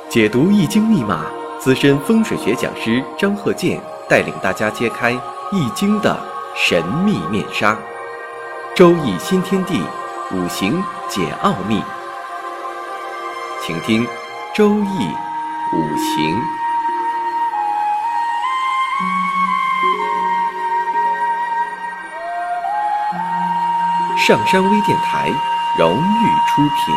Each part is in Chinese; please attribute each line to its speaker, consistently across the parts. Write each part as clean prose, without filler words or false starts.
Speaker 1: 解读易经密码，资深风水学讲师张鹤剑带领大家揭开易经的神秘面纱。周易新天地，五行解奥秘。请听周易五行。上山微电台荣誉出品。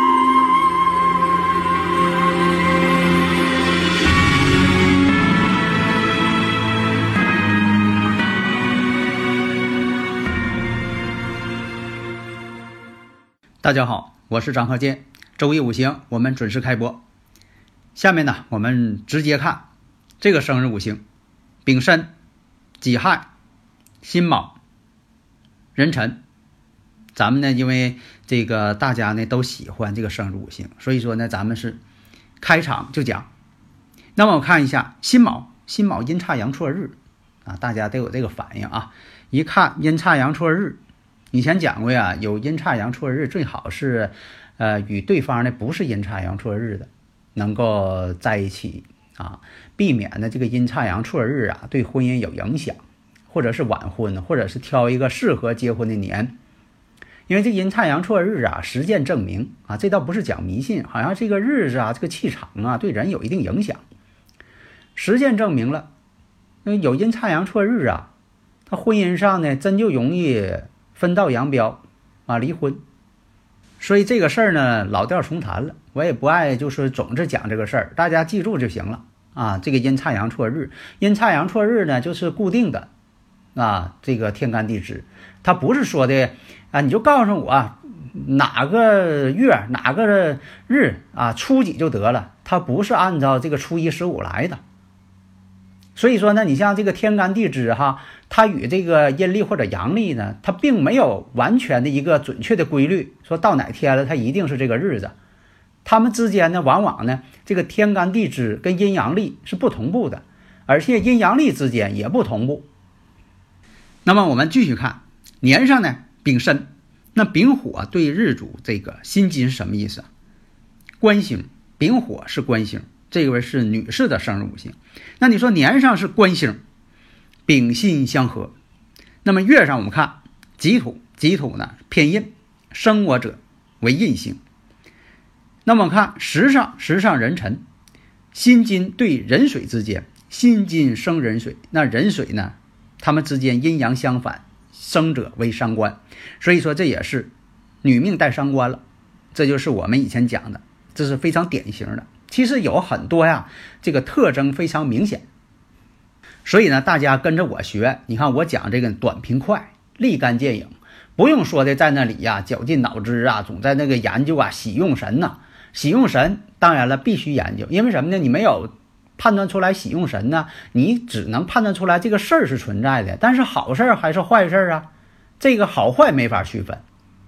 Speaker 2: 大家好，我是张鹤剑。周易五行我们准时开播。下面呢，我们直接看这个生日五行：丙申、己亥、辛卯、壬辰。咱们呢，因为这个大家呢都喜欢这个生日五行，所以说呢，咱们是开场就讲。那么我看一下辛卯，辛卯阴差阳错日啊，大家都有这个反应啊。一看阴差阳错日，以前讲过呀，有阴差阳错日最好是与对方呢不是阴差阳错日的能够在一起啊，避免呢这个阴差阳错日啊对婚姻有影响，或者是晚婚，或者是挑一个适合结婚的年。因为这阴差阳错日啊，实践证明啊，这倒不是讲迷信，好像这个日子啊，这个气场啊，对人有一定影响。实践证明了，有阴差阳错日啊，他婚姻上呢，真就容易分道扬镳啊，离婚。所以这个事儿呢，老调重弹了，我也不爱就是总是讲这个事儿，大家记住就行了啊。这个阴差阳错日，阴差阳错日呢，就是固定的啊，这个天干地支，它不是说的啊，你就告诉我哪个月哪个日啊初几就得了，它不是按照这个初一15来的。所以说呢，你像这个天干地支哈，它与这个阴历或者阳历呢，它并没有完全的一个准确的规律，说到哪天了它一定是这个日子。它们之间呢，往往呢这个天干地支跟阴阳历是不同步的，而且阴阳历之间也不同步。那么我们继续看年上呢，丙申，那丙火对日主这个辛金是什么意思啊？官星，丙火是官星，这位是女士的生日五行。那你说年上是官星，丙辛相合。那么月上我们看己土，己土呢偏印，生我者为印星。那么我们看时上壬辰，辛金对壬水之间，辛金生壬水，那壬水呢，他们之间阴阳相反，生者为伤官，所以说这也是女命带伤官了。这就是我们以前讲的，这是非常典型的。其实有很多呀，这个特征非常明显。所以呢，大家跟着我学，你看我讲这个短平快，立竿见影，不用说的在那里呀绞尽脑汁啊，总在那个研究啊喜用神呐。喜用神当然了必须研究，因为什么呢？你没有判断出来喜用神呢，你只能判断出来这个事儿是存在的，但是好事还是坏事啊，这个好坏没法区分。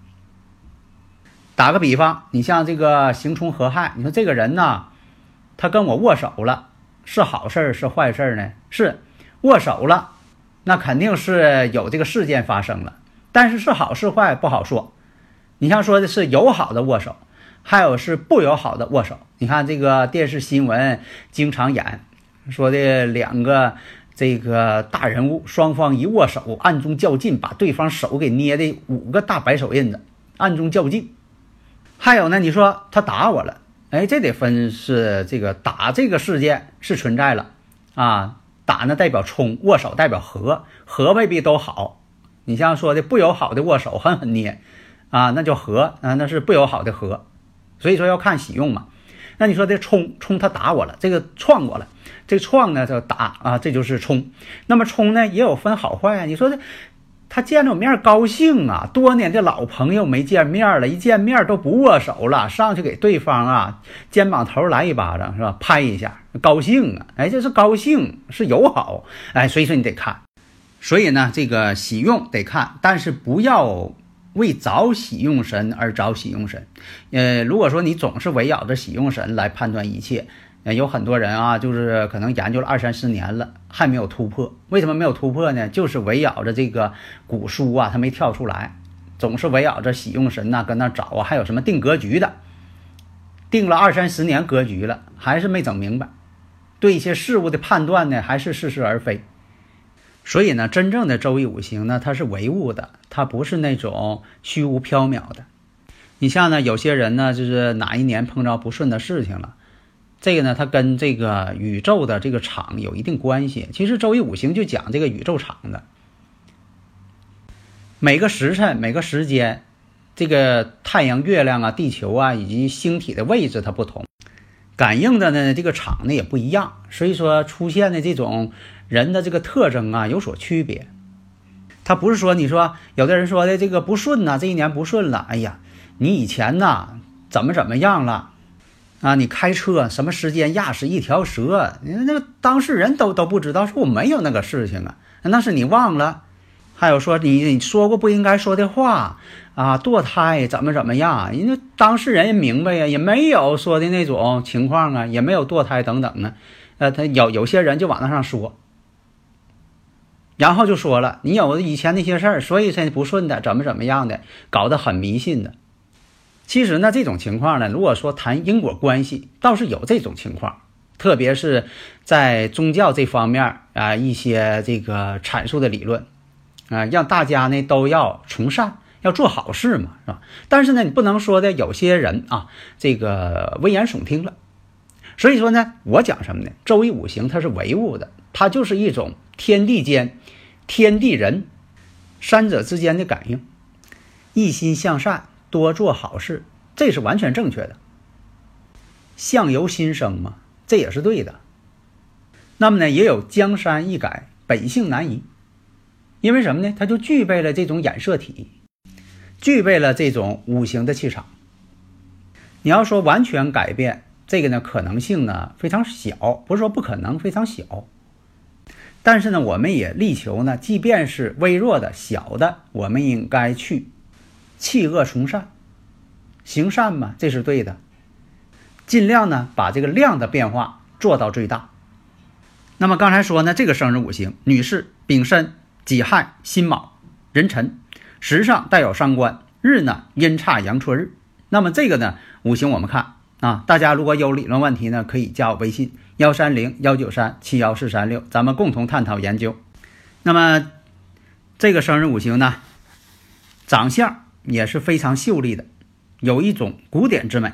Speaker 2: 打个比方，你像这个刑冲合害，你说这个人呢，他跟我握手了，是好事是坏事呢？是握手了，那肯定是有这个事件发生了，但是是好是坏不好说。你像说的是友好的握手，还有是不友好的握手。你看这个电视新闻经常演说的两个这个大人物，双方一握手，暗中较劲，把对方手给捏的5个大白手印子，暗中较劲。还有呢，你说他打我了，这得分是这个打这个事件是存在了啊，打呢代表冲，握手代表和，和未必都好。你像说的不友好的握手狠狠捏啊，那叫和啊，那是不友好的和。所以说要看喜用嘛。那你说这冲他打我了，这个撞我了，这个撞呢叫打啊，这就是冲。那么冲呢也有分好坏啊。你说他见着我面高兴啊，多年的老朋友没见面了，一见面都不握手了，上去给对方啊肩膀头来一巴掌是吧，拍一下，高兴啊，这是高兴，是友好。所以说你得看。所以呢这个喜用得看，但是不要为找喜用神而找喜用神。如果说你总是围绕着喜用神来判断一切，有很多人啊，就是可能研究了20-30年了，还没有突破。为什么没有突破呢？就是围绕着这个古书啊，他没跳出来，总是围绕着喜用神呐，跟那找啊，还有什么定格局的。 定了20-30年格局了，还是没整明白，对一些事物的判断呢还是似是而非。所以呢，真正的周易五行呢，它是唯物的，它不是那种虚无缥缈的。你像呢，有些人呢，就是哪一年碰着不顺的事情了，这个呢，它跟这个宇宙的这个场有一定关系。其实周易五行就讲这个宇宙场的，每个时辰、每个时间，这个太阳、月亮啊、地球啊以及星体的位置它不同，感应的呢这个场呢也不一样，所以说出现的这种人的这个特征啊有所区别。他不是说你说有的人说的这个不顺呐，这一年不顺了，哎呀，你以前呐怎么样了啊？你开车什么时间压死一条蛇，那个当事人都不知道，说我没有那个事情啊，那是你忘了。还有说你说过不应该说的话啊，堕胎怎么样，人家当事人也明白呀，也没有说的那种情况啊，也没有堕胎等等啊。他有些人就往那上说，然后就说了你有以前那些事儿，所以才不顺的，怎么样的，搞得很迷信的。其实呢，这种情况呢，如果说谈因果关系，倒是有这种情况，特别是在宗教这方面啊，一些这个阐述的理论啊，让大家呢都要从善，要做好事嘛，是吧？但是呢，你不能说的有些人啊，这个危言耸听了。所以说呢，我讲什么呢？周易五行它是唯物的，它就是一种天地间、天地人三者之间的感应，一心向善，多做好事，这是完全正确的。相由心生嘛，这也是对的。那么呢，也有江山易改，本性难移。因为什么呢？它就具备了这种衍射体，具备了这种五行的气场。你要说完全改变这个呢，可能性呢非常小，不是说不可能，非常小。但是呢，我们也力求呢，即便是微弱的小的，我们应该去弃恶从善，行善嘛，这是对的。尽量呢把这个量的变化做到最大。那么刚才说呢，这个生日五行，女士丙申、己亥、辛卯、壬辰，时上带有伤官，日呢阴差阳错日。那么这个呢五行我们看啊，大家如果有理论问题呢，可以加我微信130-193-71436，咱们共同探讨研究。那么这个生日五行呢，长相也是非常秀丽的，有一种古典之美，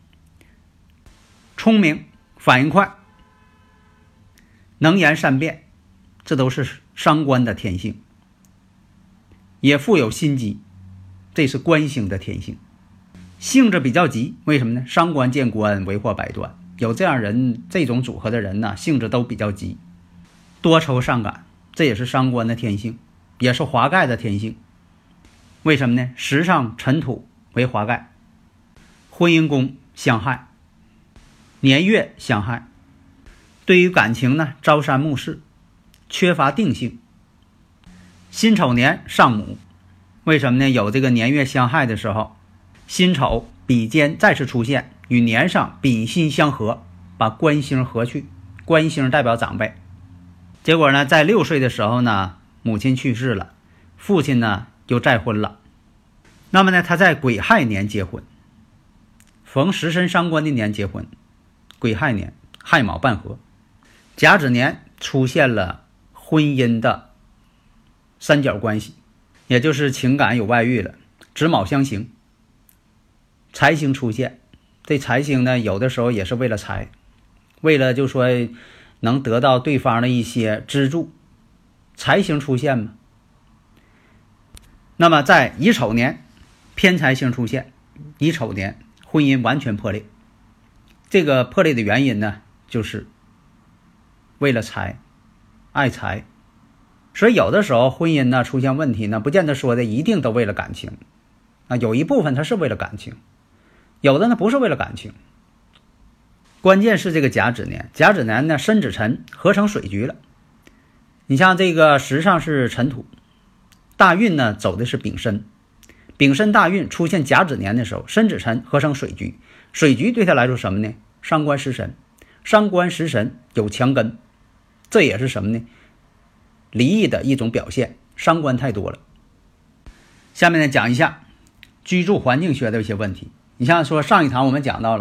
Speaker 2: 聪明，反应快，能言善辩，这都是伤官的天性，也富有心机，这是官星的天性。性子比较急，为什么呢？伤官见官，为祸百端。有这样人，这种组合的人呢，性子都比较急，多愁善感，这也是伤官的天性，也是华盖的天性。为什么呢？时上尘土为华盖，婚姻宫相害，年月相害，对于感情呢，朝三暮四，缺乏定性。辛丑年上母，为什么呢？有这个年月相害的时候，辛丑比肩再次出现，与年上丙辛相合，把官星合去，官星代表长辈。结果呢，在6岁的时候呢，母亲去世了，父亲呢又再婚了。那么呢，他在癸亥年结婚，逢食神伤官的年结婚，癸亥年亥卯半合，甲子年出现了婚姻的三角关系，也就是情感有外遇了，子卯相刑，财星出现。这财星呢，有的时候也是为了财，为了就说能得到对方的一些资助，财星出现嘛。那么在乙丑年偏财星出现，乙丑年婚姻完全破裂。这个破裂的原因呢，就是为了财，爱财。所以有的时候婚姻呢出现问题呢，不见得说的一定都为了感情啊，有一部分它是为了感情，有的呢不是为了感情。关键是这个甲子年，甲子年呢申子辰合成水局了。你像这个时上是辰土，大运呢走的是丙申，丙申大运出现甲子年的时候，申子辰合成水局，水局对他来说什么呢？伤官食神，伤官食神有强根，这也是什么呢？离异的一种表现，伤官太多了。下面呢讲一下居住环境学的一些问题。你像说上一堂我们讲到了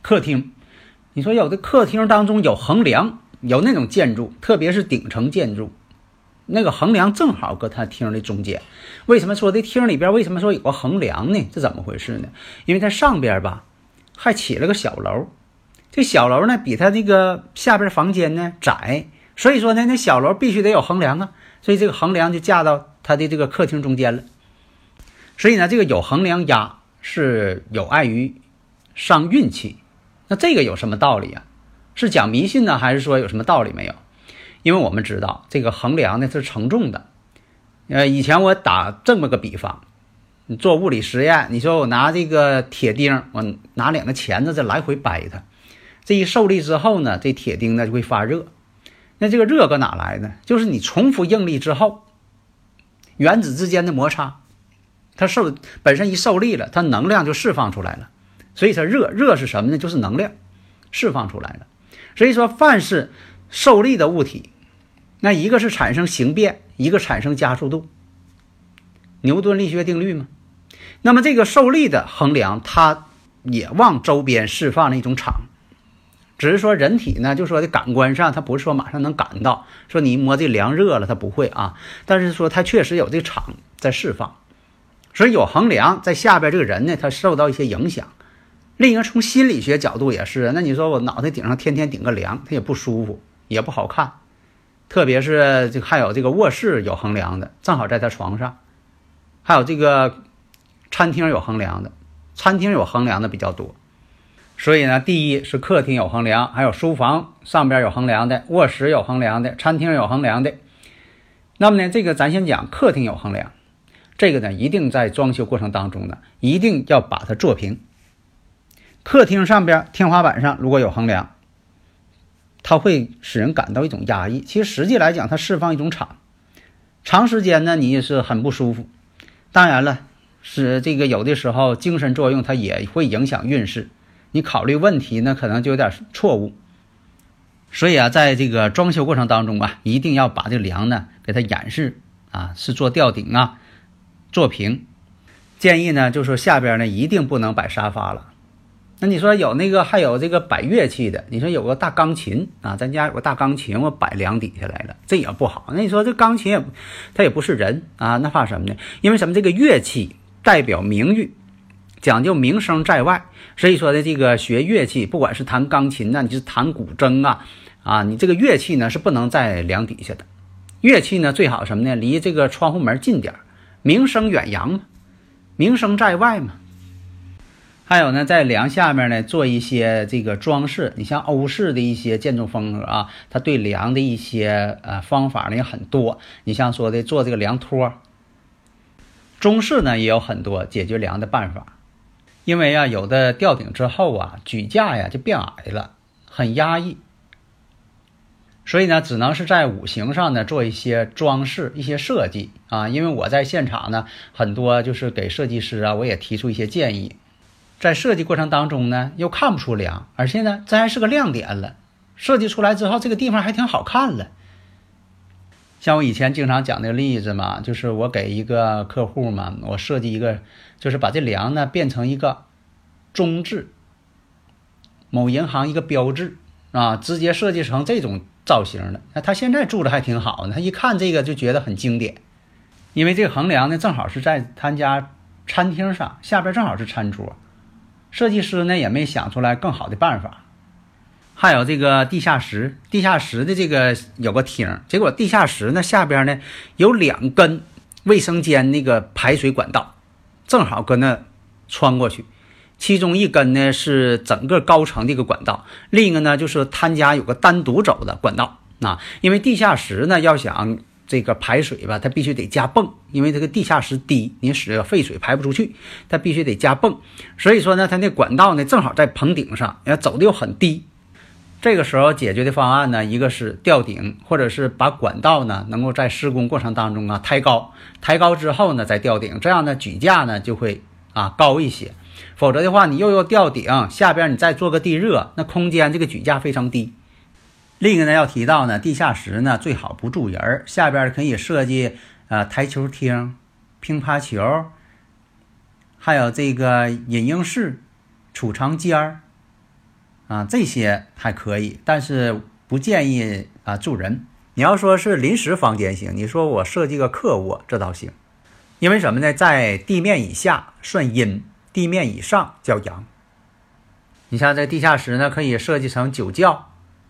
Speaker 2: 客厅，你说有的客厅当中有横梁，有那种建筑，特别是顶层建筑，那个横梁正好搁它厅的中间。为什么说这厅里边为什么说有个横梁呢？这怎么回事呢？因为它上边吧还起了个小楼，这小楼呢比它那个下边房间呢窄，所以说呢那小楼必须得有横梁啊，所以这个横梁就架到它的这个客厅中间了。所以呢这个有横梁压是有碍于伤运气。那这个有什么道理啊？是讲迷信呢，还是说有什么道理没有？因为我们知道这个横梁呢是承重的。以前我打这么个比方，你做物理实验，你说我拿这个铁钉，我拿两个钳子这来回掰它，这一受力之后呢，这铁钉呢就会发热。那这个热搁哪来呢？就是你重复应力之后，原子之间的摩擦，它本身一受力了，它能量就释放出来了，所以它热是什么呢？就是能量释放出来了。所以说凡是受力的物体，那一个是产生形变，一个产生加速度，牛顿力学定律嘛。那么这个受力的横梁它也往周边释放了一种场，只是说人体呢就说的感官上它不是说马上能感到，说你一摸这梁热了它不会啊，但是说它确实有这场在释放。所以有横梁在下边，这个人呢他受到一些影响。另一个从心理学角度也是，那你说我脑袋顶上天天顶个梁，它也不舒服也不好看，特别是这还有这个卧室有横梁的，正好在他床上，还有这个餐厅有横梁的，餐厅有横梁的比较多。所以呢第一是客厅有横梁，还有书房上边有横梁的，卧室有横梁的，餐厅有横梁的。那么呢这个咱先讲客厅有横梁，这个呢一定在装修过程当中呢一定要把它做平。客厅上边天花板上如果有横梁，它会使人感到一种压抑，其实实际来讲它释放一种场，长时间呢你也是很不舒服。当然了，是这个有的时候精神作用它也会影响运势，你考虑问题呢可能就有点错误。所以啊在这个装修过程当中啊一定要把这个梁呢给它掩饰啊，是做吊顶啊，做平。建议呢就是说下边呢一定不能摆沙发了。那你说有那个还有这个摆乐器的，你说有个大钢琴啊，咱家有个大钢琴我摆梁底下来了，这也不好。那你说这钢琴它也不是人啊，那怕什么呢？因为什么？这个乐器代表名誉，讲究名声在外，所以说的这个学乐器，不管是弹钢琴呢，你是弹古筝啊，你这个乐器呢是不能在梁底下的。乐器呢最好什么呢？离这个窗户门近点，名声远扬嘛，名声在外嘛。还有呢在梁下面呢做一些这个装饰，你像欧式的一些建筑风格啊，它对梁的一些方法呢也很多。你像说的做这个梁托，中式呢也有很多解决梁的办法。因为啊有的吊顶之后啊举架呀就变矮了，很压抑，所以呢只能是在五行上呢做一些装饰一些设计啊。因为我在现场呢很多就是给设计师啊我也提出一些建议，在设计过程当中呢又看不出梁，而且呢这还是个亮点了，设计出来之后这个地方还挺好看了。像我以前经常讲那个例子嘛，就是我给一个客户嘛，我设计一个就是把这梁呢变成一个中字，某银行一个标志啊，直接设计成这种造型的。那他现在住的还挺好呢，他一看这个就觉得很经典。因为这个横梁呢正好是在他家餐厅上，下边正好是餐桌，设计师呢也没想出来更好的办法。还有这个地下室的这个有个厅，结果地下室呢下边呢有两根卫生间那个排水管道，正好跟那穿过去，其中一根呢是整个高层的一个管道，另一个呢就是他家有个单独走的管道啊。因为地下室呢要想这个排水吧，它必须得加泵，因为这个地下室低，你使废水排不出去，它必须得加泵。所以说呢它那管道呢正好在棚顶上，要走的又很低。这个时候解决的方案呢，一个是吊顶，或者是把管道呢能够在施工过程当中啊抬高之后呢再吊顶，这样呢举架呢就会高一些。否则的话你又吊顶，下边你再做个地热，那空间这个举架非常低。另一个呢要提到呢，地下室呢最好不住人，下边可以设计台球厅、乒乓球，还有这个影音室、储藏间这些还可以，但是不建议住人。你要说是临时房间型，你说我设计个客卧，这倒行。因为什么呢？在地面以下算阴，地面以上叫阳。你像这地下室呢，可以设计成酒窖、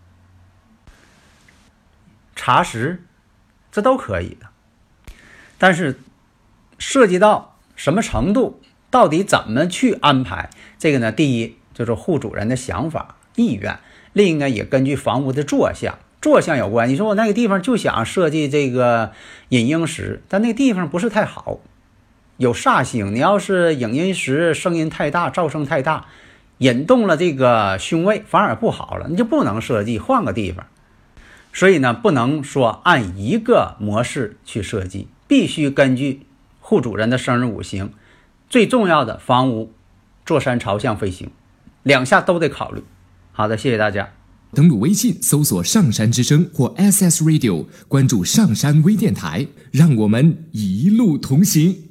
Speaker 2: 茶室，这都可以的。但是涉及到什么程度，到底怎么去安排，这个呢，第一就是户主人的想法意愿，另一个也根据房屋的坐向有关。你说我那个地方就想设计这个影音室，但那个地方不是太好，有煞星，你要是影音室声音太大，噪声太大，引动了这个凶位，反而不好了，你就不能设计，换个地方。所以呢，不能说按一个模式去设计，必须根据户主人的生日五行，最重要的房屋坐山朝向飞行，两下都得考虑。好的，谢谢大家。
Speaker 3: 登录微信搜索上山之声或 SS Radio， 关注上山微电台，让我们一路同行。